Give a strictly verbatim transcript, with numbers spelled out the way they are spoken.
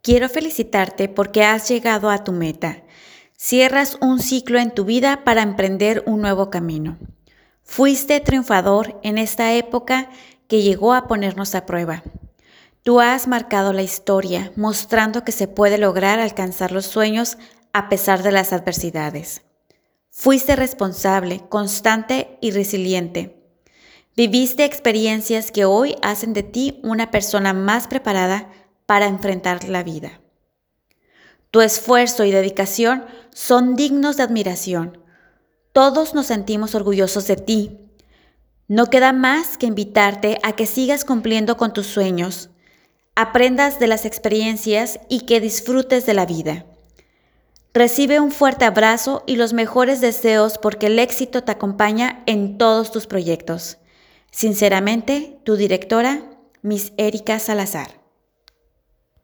Quiero felicitarte porque has llegado a tu meta. Cierras un ciclo en tu vida para emprender un nuevo camino. Fuiste triunfador en esta época que llegó a ponernos a prueba. Tú has marcado la historia, mostrando que se puede lograr alcanzar los sueños a pesar de las adversidades. Fuiste responsable, constante y resiliente. Viviste experiencias que hoy hacen de ti una persona más preparada para enfrentar la vida. Tu esfuerzo y dedicación son dignos de admiración. Todos nos sentimos orgullosos de ti. No queda más que invitarte a que sigas cumpliendo con tus sueños, aprendas de las experiencias y que disfrutes de la vida. Recibe un fuerte abrazo y los mejores deseos porque el éxito te acompaña en todos tus proyectos. Sinceramente, tu directora, Miss Erika Salazar.